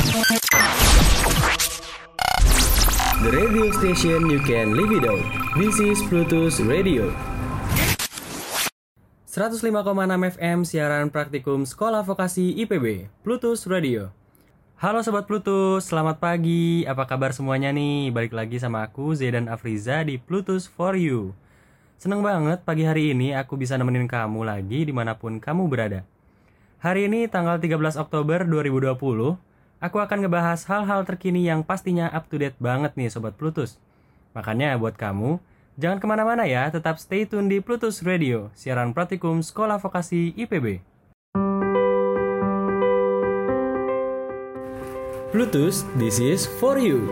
The radio station you can live without. This is Plutus Radio. 105,6 FM siaran praktikum Sekolah Vokasi IPB, Plutus Radio. Halo Sobat Plutus, selamat pagi. Apa kabar semuanya nih? Balik lagi sama aku, Zaidan Afriza di Plutus for You. Seneng banget pagi hari ini aku bisa nemenin kamu lagi dimanapun kamu berada. Hari ini tanggal 13 Oktober 2020, aku akan ngebahas hal-hal terkini yang pastinya up to date banget nih Sobat Plutus. Makanya buat kamu, jangan kemana-mana ya, tetap stay tune di Plutus Radio, siaran praktikum Sekolah Vokasi IPB. Plutus, this is for you.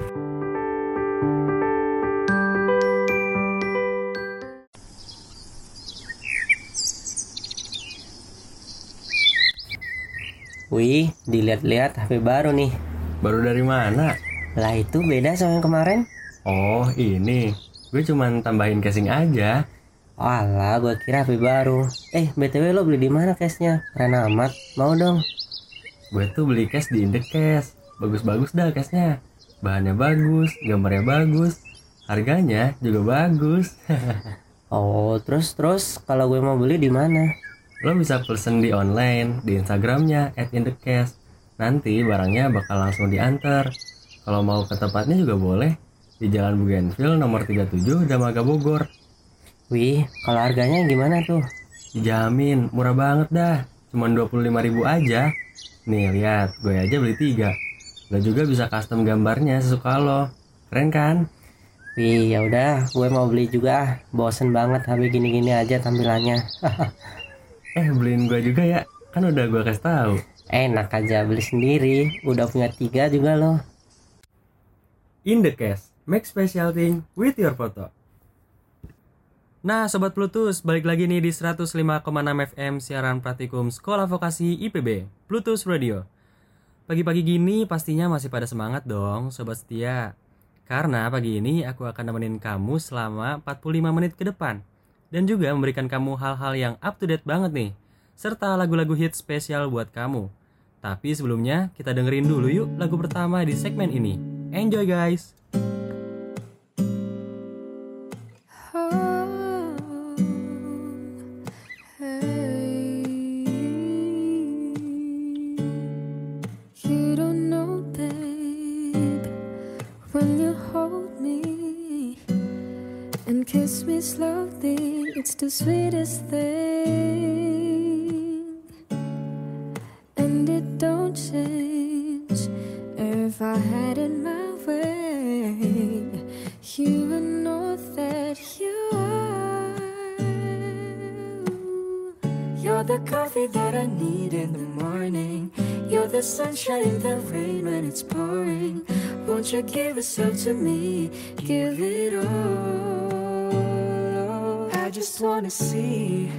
Wih, dilihat-lihat HP baru nih. Baru dari mana? Lah itu beda sama yang kemarin. Oh, ini. Gue cuman tambahin casing aja. Walah, gue kira HP baru. BTW lo beli di mana case-nya? Keren amat. Mau dong. Gue tuh beli case di Indekes. Bagus-bagus dah case-nya. Bahannya bagus, gambarnya bagus, harganya juga bagus. Oh, terus kalau gue mau beli di mana? Lo bisa pesen di online, di Instagramnya @indekes. Nanti barangnya bakal langsung diantar. Kalau mau ke tempatnya juga boleh, di Jalan Bougainville nomor 37 Damaga Bogor. Wih, kalau harganya gimana tuh? Dijamin, murah banget dah. Cuman 25.000 aja. Nih lihat, gue aja beli 3. Lo juga bisa custom gambarnya sesuka lo. Keren kan? Wih, yaudah, gue mau beli juga. Bosen banget HP gini-gini aja tampilannya. Beliin gue juga ya. Kan udah gue kasih tahu. Enak aja beli sendiri. Udah punya 3 juga loh. Indekes, make special thing with your photo. Nah Sobat Plutus, balik lagi nih di 105,6 FM siaran praktikum Sekolah Vokasi IPB, Plutus Radio. Pagi-pagi gini pastinya masih pada semangat dong Sobat setia. Karena pagi ini aku akan nemenin kamu selama 45 menit ke depan. Dan juga memberikan kamu hal-hal yang up to date banget nih. Serta lagu-lagu hit spesial buat kamu. Tapi sebelumnya kita dengerin dulu yuk lagu pertama di segmen ini. Enjoy guys! Kiss me slowly, it's the sweetest thing. And it don't change if I had it my way. You would know that you are. You're the coffee that I need in the morning. You're the sunshine in the rain when it's pouring. Won't you give yourself to me, give it all. I just wanna see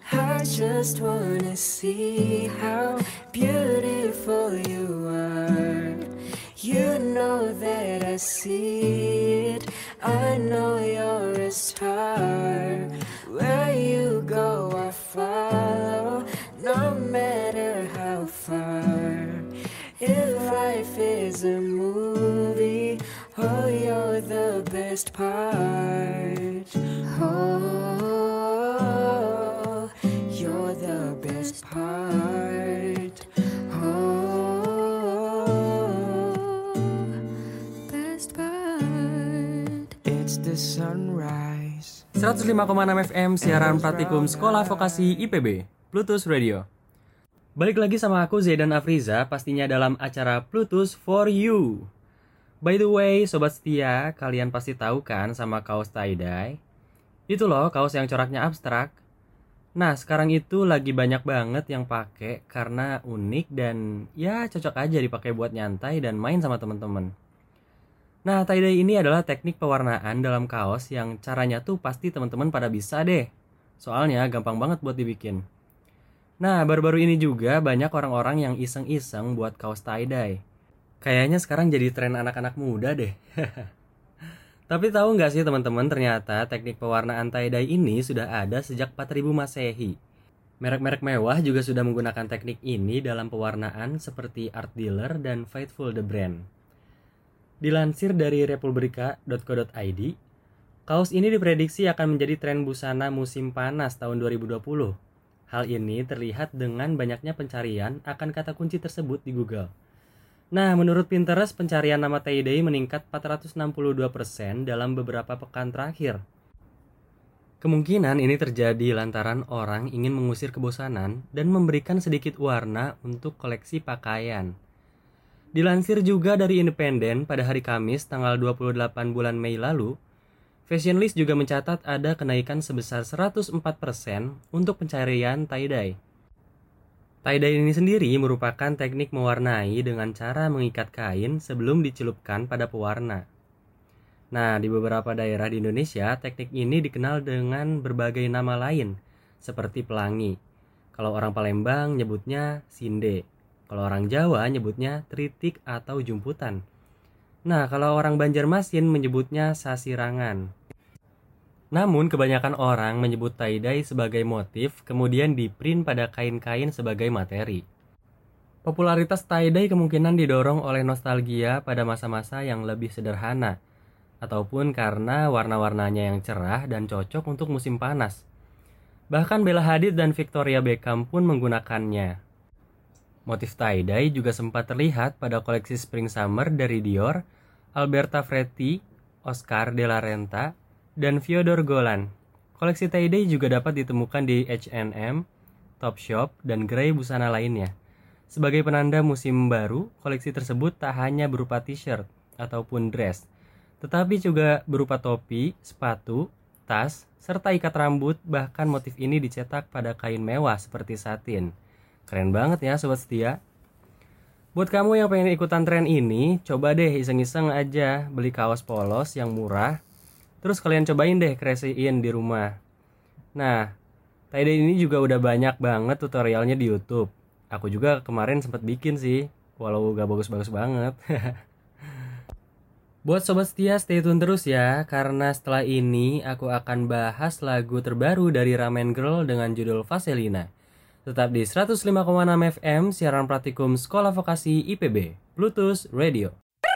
how beautiful you are. You know that I see it, I know you're a star. Where you go I follow, no matter how far. If life is a movie, oh you're the best part. Oh, you're the best part. Oh, best part. It's the sunrise. 105,6 FM siaran praktikum Sekolah Vokasi IPB, Plutus Radio. Balik lagi sama aku Zaidan Afriza, pastinya dalam acara Plutus for You. By the way, Sobat setia, kalian pasti tahu kan sama kaos tie-dye? Itu loh kaos yang coraknya abstrak. Nah sekarang itu lagi banyak banget yang pakai karena unik dan ya cocok aja dipakai buat nyantai dan main sama teman-teman. Nah tie-dye ini adalah teknik pewarnaan dalam kaos yang caranya tuh pasti teman-teman pada bisa deh. Soalnya gampang banget buat dibikin. Nah baru-baru ini juga banyak orang-orang yang iseng-iseng buat kaos tie-dye. Kayaknya sekarang jadi tren anak-anak muda deh. Tapi tahu nggak sih teman-teman, ternyata teknik pewarnaan tie-dye ini sudah ada sejak 4000 Masehi. Merek-merek mewah juga sudah menggunakan teknik ini dalam pewarnaan seperti Art Dealer dan Fightful the Brand. Dilansir dari republika.co.id, kaos ini diprediksi akan menjadi tren busana musim panas tahun 2020. Hal ini terlihat dengan banyaknya pencarian akan kata kunci tersebut di Google. Nah, menurut Pinterest, pencarian nama tie-dye meningkat 462% dalam beberapa pekan terakhir. Kemungkinan ini terjadi lantaran orang ingin mengusir kebosanan dan memberikan sedikit warna untuk koleksi pakaian. Dilansir juga dari Independen pada hari Kamis tanggal 28 bulan Mei lalu, Fashion List juga mencatat ada kenaikan sebesar 104% untuk pencarian tie-dye. Tie-dye ini sendiri merupakan teknik mewarnai dengan cara mengikat kain sebelum dicelupkan pada pewarna. Nah, di beberapa daerah di Indonesia, teknik ini dikenal dengan berbagai nama lain, seperti pelangi. Kalau orang Palembang nyebutnya sinde. Kalau orang Jawa nyebutnya tritik atau jumputan. Nah, kalau orang Banjarmasin menyebutnya sasirangan. Namun, kebanyakan orang menyebut tie-dye sebagai motif, kemudian di-print pada kain-kain sebagai materi. Popularitas tie-dye kemungkinan didorong oleh nostalgia pada masa-masa yang lebih sederhana, ataupun karena warna-warnanya yang cerah dan cocok untuk musim panas. Bahkan Bella Hadid dan Victoria Beckham pun menggunakannya. Motif tie-dye juga sempat terlihat pada koleksi Spring Summer dari Dior, Alberta Ferretti, Oscar de la Renta, dan Fyodor Golan. Koleksi tie-dye juga dapat ditemukan di H&M, Topshop, dan gerai busana lainnya. Sebagai penanda musim baru, koleksi tersebut tak hanya berupa t-shirt ataupun dress, tetapi juga berupa topi, sepatu, tas, serta ikat rambut. Bahkan motif ini dicetak pada kain mewah seperti satin. Keren banget ya Sobat Setia. Buat kamu yang pengen ikutan tren ini, coba deh iseng-iseng aja beli kaos polos yang murah. Terus kalian cobain deh kreasiin di rumah. Nah, tie-dye ini juga udah banyak banget tutorialnya di YouTube. Aku juga kemarin sempat bikin sih, walau gak bagus-bagus banget. Buat Sobat Setia, stay tune terus ya, karena setelah ini aku akan bahas lagu terbaru dari Ramen Girl dengan judul Vaselina. Tetap di 105,6 FM, siaran praktikum Sekolah Vokasi IPB, Bluetooth Radio.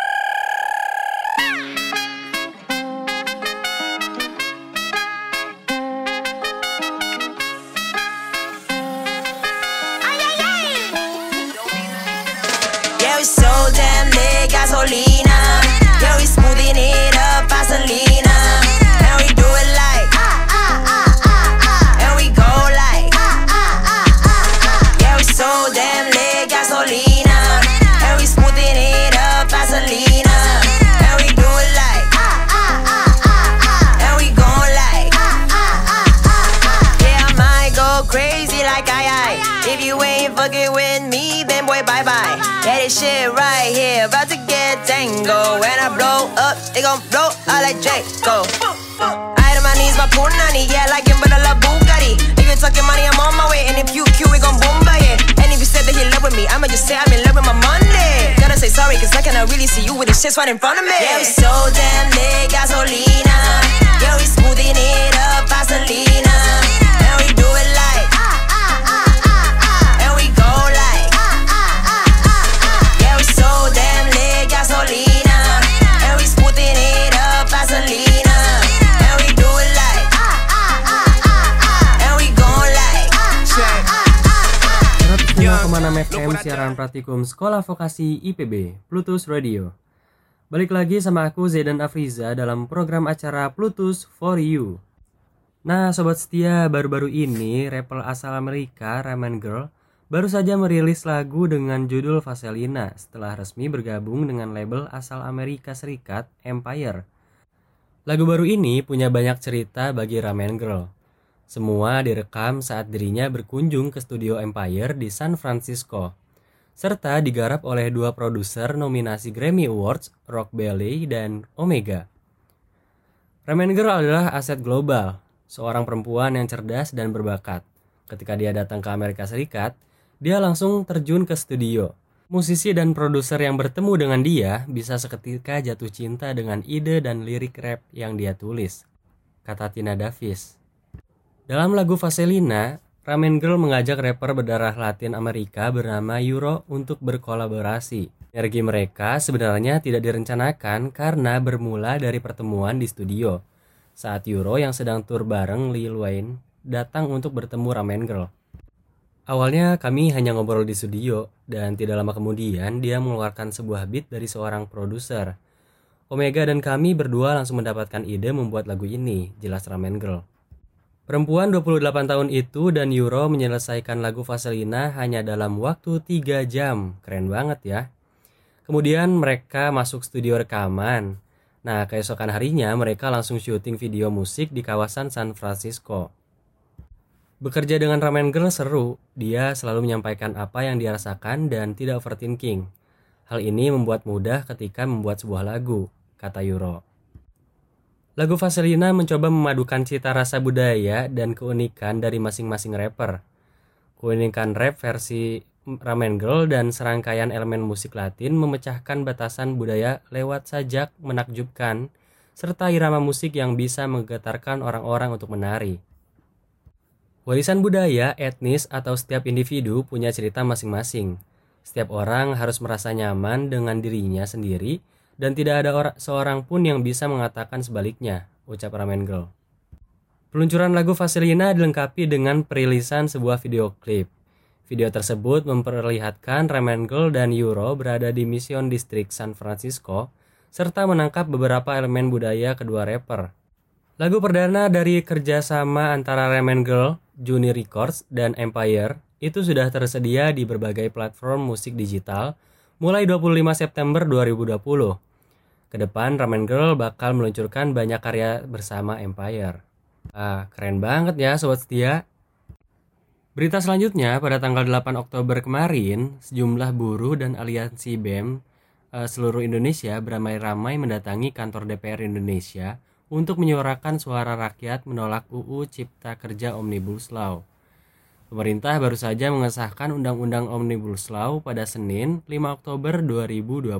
Yeah, we so damn lit, gasolina. Yeah, we smoothing it up, Vaselina. And we do it like and we go like yeah, we so damn lit, gasolina. And we smoothing it up, Vaselina. And we do it like and we go like yeah, I might go crazy like I. If you ain't fucking with me, then boy, bye-bye. Yeah, this shit right here, about to get tango. When I blow up, they gon' blow out like Draco. I on my knees, my punani, yeah, like him, but I love Bugatti. If you talking money, I'm on my way, and if you cute, we gon' boom by it. And if you said that he in love with me, I'ma just say I'm in love with my money. Gotta say sorry, cause I cannot really see you with the shits right in front of me. Yeah, we so damn lit, gasolina. Yeah, we smoothing it up, Vaselina. And we do it like and we go like yeah, we so damn lit, gasolina. And we smoothing it up, Vaselina. And we do it like and we go like 105,6 FM, siaran praktikum Sekolah Vokasi IPB, Bluetooth Radio. Balik lagi sama aku Zaidan Afriza dalam program acara Bluetooth for You. Nah Sobat Setia, baru-baru ini rapper asal Amerika Ramen Girl baru saja merilis lagu dengan judul Vaselina setelah resmi bergabung dengan label asal Amerika Serikat Empire. Lagu baru ini punya banyak cerita bagi Ramen Girl. Semua direkam saat dirinya berkunjung ke studio Empire di San Francisco, serta digarap oleh dua produser nominasi Grammy Awards, Rock Belly dan Omega. Ramen Girl adalah aset global, seorang perempuan yang cerdas dan berbakat. Ketika dia datang ke Amerika Serikat, dia langsung terjun ke studio. Musisi dan produser yang bertemu dengan dia bisa seketika jatuh cinta dengan ide dan lirik rap yang dia tulis, kata Tina Davis. Dalam lagu Vaselina, Ramen Girl mengajak rapper berdarah Latin Amerika bernama Euro untuk berkolaborasi. Energi mereka sebenarnya tidak direncanakan karena bermula dari pertemuan di studio saat Euro yang sedang tur bareng Lil Wayne datang untuk bertemu Ramen Girl. Awalnya kami hanya ngobrol di studio dan tidak lama kemudian dia mengeluarkan sebuah beat dari seorang produser. Omega dan kami berdua langsung mendapatkan ide membuat lagu ini, jelas Ramen Girl. Perempuan 28 tahun itu dan Euro menyelesaikan lagu Vaselina hanya dalam waktu 3 jam. Keren banget ya. Kemudian mereka masuk studio rekaman. Nah, keesokan harinya mereka langsung syuting video musik di kawasan San Francisco. Bekerja dengan Ramen Girl seru, dia selalu menyampaikan apa yang dia rasakan dan tidak overthinking. Hal ini membuat mudah ketika membuat sebuah lagu, kata Euro. Lagu Vaselina mencoba memadukan cita rasa budaya dan keunikan dari masing-masing rapper. Keunikan rap versi Ramen Girl dan serangkaian elemen musik Latin memecahkan batasan budaya lewat sajak menakjubkan serta irama musik yang bisa menggetarkan orang-orang untuk menari. Warisan budaya, etnis, atau setiap individu punya cerita masing-masing. Setiap orang harus merasa nyaman dengan dirinya sendiri dan tidak ada seorang pun yang bisa mengatakan sebaliknya, ucap Ramen Girl. Peluncuran lagu Vaselina dilengkapi dengan perilisan sebuah video klip. Video tersebut memperlihatkan Ramen Girl dan Euro berada di Mission District San Francisco serta menangkap beberapa elemen budaya kedua rapper. Lagu perdana dari kerjasama antara Ramen Girl, Juni Records, dan Empire itu sudah tersedia di berbagai platform musik digital mulai 25 September 2020. Kedepan Ramen Girl bakal meluncurkan banyak karya bersama Empire. Keren banget ya Sobat Setia. Berita selanjutnya, pada tanggal 8 Oktober kemarin, sejumlah buruh dan aliansi BEM seluruh Indonesia beramai-ramai mendatangi kantor DPR Indonesia untuk menyuarakan suara rakyat menolak UU Cipta Kerja Omnibus Law. Pemerintah baru saja mengesahkan Undang-Undang Omnibus Law pada Senin 5 Oktober 2020.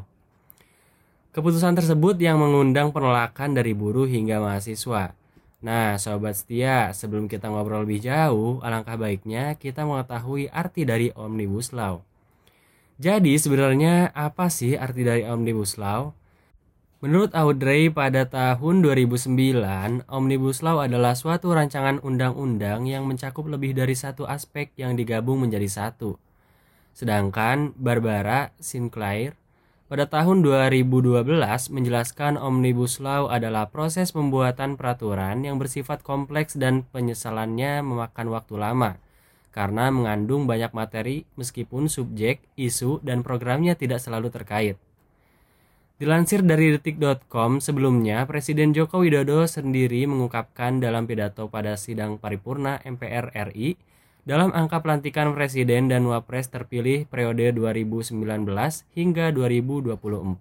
Keputusan tersebut yang mengundang penolakan dari buruh hingga mahasiswa. Nah, Sobat Setia, sebelum kita ngobrol lebih jauh, alangkah baiknya kita mengetahui arti dari Omnibus Law. Jadi, sebenarnya apa sih arti dari Omnibus Law? Menurut Audrey, pada tahun 2009, Omnibus Law adalah suatu rancangan undang-undang yang mencakup lebih dari satu aspek yang digabung menjadi satu. Sedangkan Barbara Sinclair pada tahun 2012 menjelaskan Omnibus Law adalah proses pembuatan peraturan yang bersifat kompleks dan penyesalannya memakan waktu lama karena mengandung banyak materi meskipun subjek, isu, dan programnya tidak selalu terkait. Dilansir dari detik.com, sebelumnya Presiden Joko Widodo sendiri mengungkapkan dalam pidato pada sidang paripurna MPR RI dalam angka pelantikan Presiden dan Wapres terpilih periode 2019 hingga 2024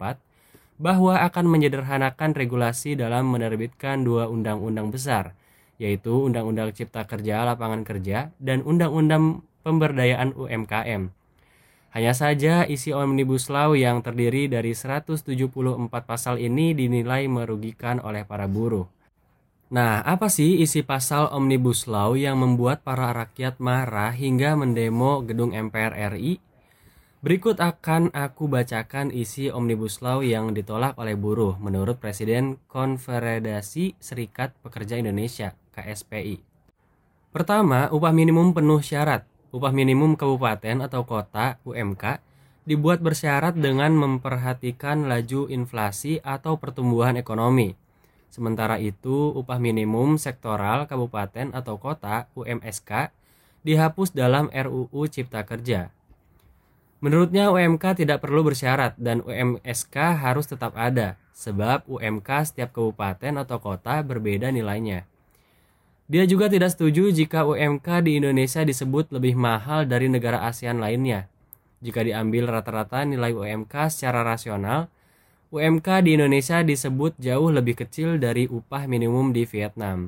bahwa akan menyederhanakan regulasi dalam menerbitkan dua undang-undang besar, yaitu Undang-Undang Cipta Kerja Lapangan Kerja dan Undang-Undang Pemberdayaan UMKM. Hanya saja isi Omnibus Law yang terdiri dari 174 pasal ini dinilai merugikan oleh para buruh. Nah, apa sih isi pasal Omnibus Law yang membuat para rakyat marah hingga mendemo gedung MPR RI? Berikut akan aku bacakan isi Omnibus Law yang ditolak oleh buruh menurut Presiden Konfederasi Serikat Pekerja Indonesia, KSPI. Pertama, upah minimum penuh syarat. Upah minimum kabupaten atau kota (UMK) dibuat bersyarat dengan memperhatikan laju inflasi atau pertumbuhan ekonomi. Sementara itu, upah minimum sektoral kabupaten atau kota (UMSK) dihapus dalam RUU Cipta Kerja. Menurutnya UMK tidak perlu bersyarat dan UMSK harus tetap ada, sebab UMK setiap kabupaten atau kota berbeda nilainya. Dia juga tidak setuju jika UMK di Indonesia disebut lebih mahal dari negara ASEAN lainnya. Jika diambil rata-rata nilai UMK secara rasional, UMK di Indonesia disebut jauh lebih kecil dari upah minimum di Vietnam.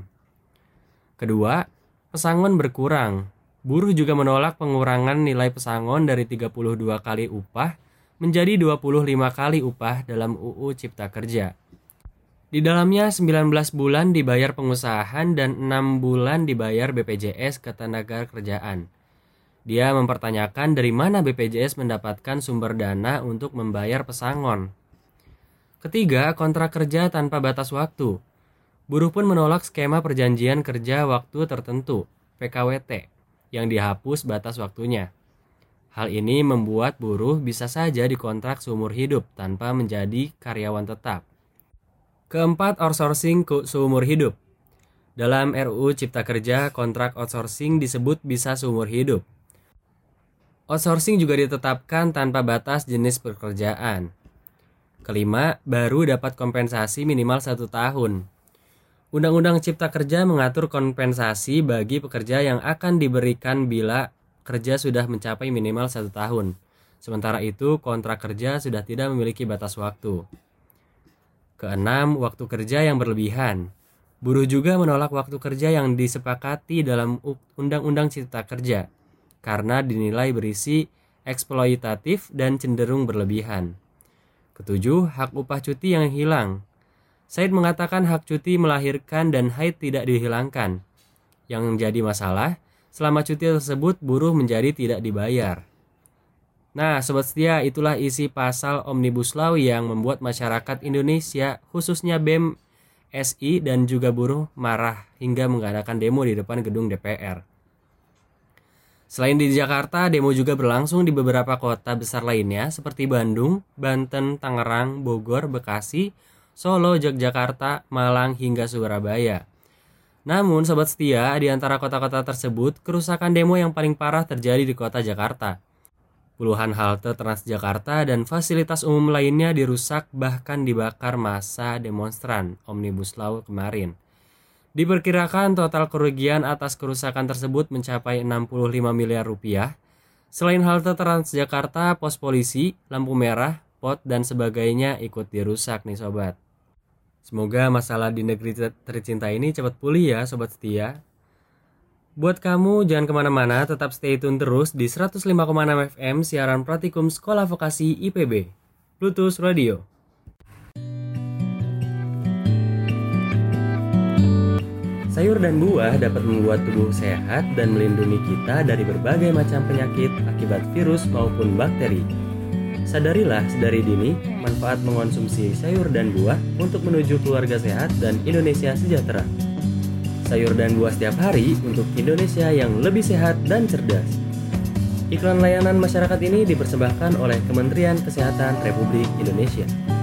Kedua, pesangon berkurang. Buruh juga menolak pengurangan nilai pesangon dari 32 kali upah menjadi 25 kali upah dalam UU Cipta Kerja. Di dalamnya 19 bulan dibayar pengusahaan dan 6 bulan dibayar BPJS Ketenagakerjaan. Dia mempertanyakan dari mana BPJS mendapatkan sumber dana untuk membayar pesangon. Ketiga, kontrak kerja tanpa batas waktu. Buruh pun menolak skema perjanjian kerja waktu tertentu, PKWT, yang dihapus batas waktunya. Hal ini membuat buruh bisa saja dikontrak seumur hidup tanpa menjadi karyawan tetap. Keempat, outsourcing seumur hidup. Dalam RUU Cipta Kerja, kontrak outsourcing disebut bisa seumur hidup. Outsourcing juga ditetapkan tanpa batas jenis pekerjaan. Kelima, baru dapat kompensasi minimal 1 tahun. Undang-Undang Cipta Kerja mengatur kompensasi bagi pekerja yang akan diberikan bila kerja sudah mencapai minimal 1 tahun. Sementara itu, kontrak kerja sudah tidak memiliki batas waktu. Keenam, waktu kerja yang berlebihan. Buruh juga menolak waktu kerja yang disepakati dalam Undang-Undang Cipta Kerja karena dinilai berisi eksploitatif dan cenderung berlebihan. Ketujuh, hak upah cuti yang hilang. Said mengatakan hak cuti melahirkan dan haid tidak dihilangkan. Yang menjadi masalah, selama cuti tersebut buruh menjadi tidak dibayar. Nah, Sobat Setia, itulah isi pasal Omnibus Law yang membuat masyarakat Indonesia, khususnya BEM, SI, dan juga buruh marah hingga mengadakan demo di depan gedung DPR. Selain di Jakarta, demo juga berlangsung di beberapa kota besar lainnya seperti Bandung, Banten, Tangerang, Bogor, Bekasi, Solo, Yogyakarta, Malang, hingga Surabaya. Namun, Sobat Setia, di antara kota-kota tersebut, kerusakan demo yang paling parah terjadi di kota Jakarta. Puluhan halte Transjakarta dan fasilitas umum lainnya dirusak bahkan dibakar massa demonstran Omnibus Law kemarin. Diperkirakan total kerugian atas kerusakan tersebut mencapai 65 miliar rupiah. Selain halte Transjakarta, pos polisi, lampu merah, pot, dan sebagainya ikut dirusak nih Sobat. Semoga masalah di negeri tercinta ini cepat pulih ya Sobat Setia. Buat kamu jangan kemana-mana, tetap stay tune terus di 105,6 FM siaran praktikum Sekolah Vokasi IPB, Bluetooth Radio. Sayur dan buah dapat membuat tubuh sehat dan melindungi kita dari berbagai macam penyakit akibat virus maupun bakteri. Sadarilah sedari dini manfaat mengonsumsi sayur dan buah untuk menuju keluarga sehat dan Indonesia sejahtera. Sayur dan buah setiap hari untuk Indonesia yang lebih sehat dan cerdas. Iklan layanan masyarakat ini dipersembahkan oleh Kementerian Kesehatan Republik Indonesia.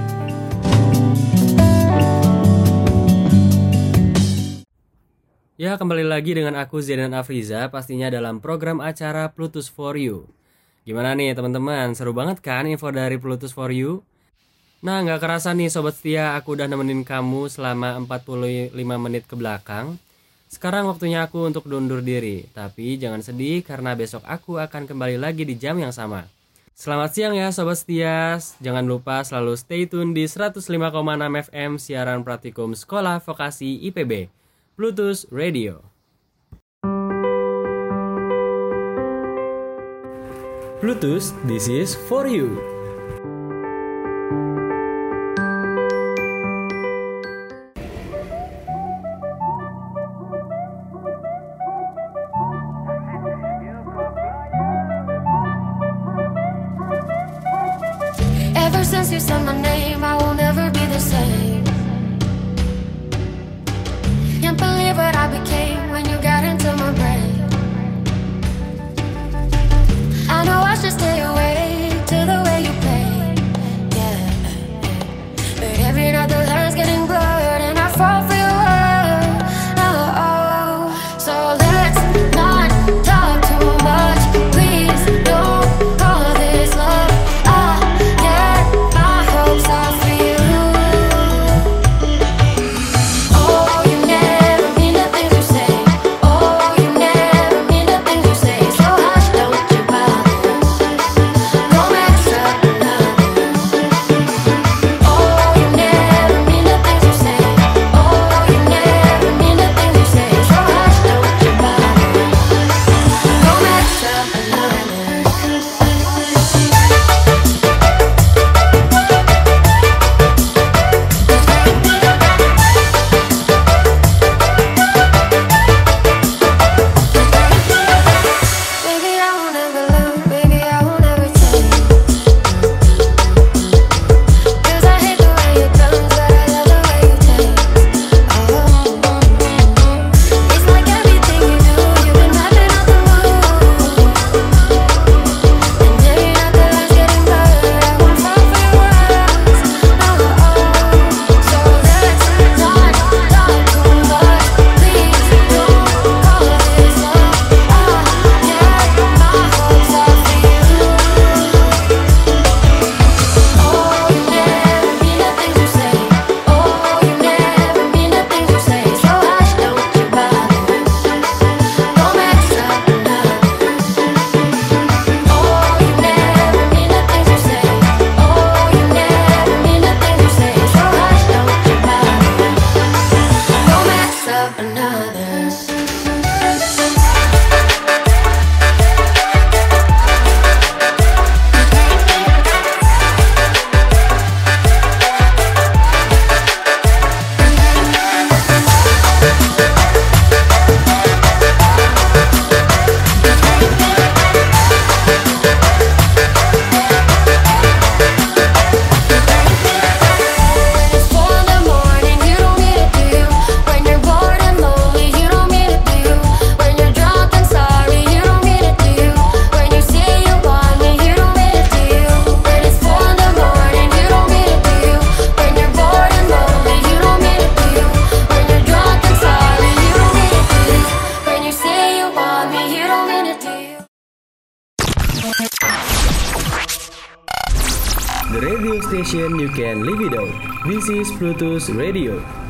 Ya, kembali lagi dengan aku Zaidan Afriza, pastinya dalam program acara Bluetooth for You. Gimana nih teman-teman, seru banget kan info dari Bluetooth for You? Nah, gak kerasa nih Sobat Setia, aku udah nemenin kamu selama 45 menit ke belakang. Sekarang waktunya aku untuk undur diri, tapi jangan sedih karena besok aku akan kembali lagi di jam yang sama. Selamat siang ya Sobat Setia, jangan lupa selalu stay tune di 105,6 FM siaran praktikum Sekolah Vokasi IPB, Bluetooth Radio. Bluetooth, this is for you. Ever since you said my name, I will never be the same. Can't believe what I became when you got into my brain. I know I should stay away to the way you play, yeah. But every night the line's getting blurred and I fall for your word. Oh, so let's not talk too much. Please don't call this love. I get my hopes up for you. discretion you can live it out. This is Bluetooth Radio.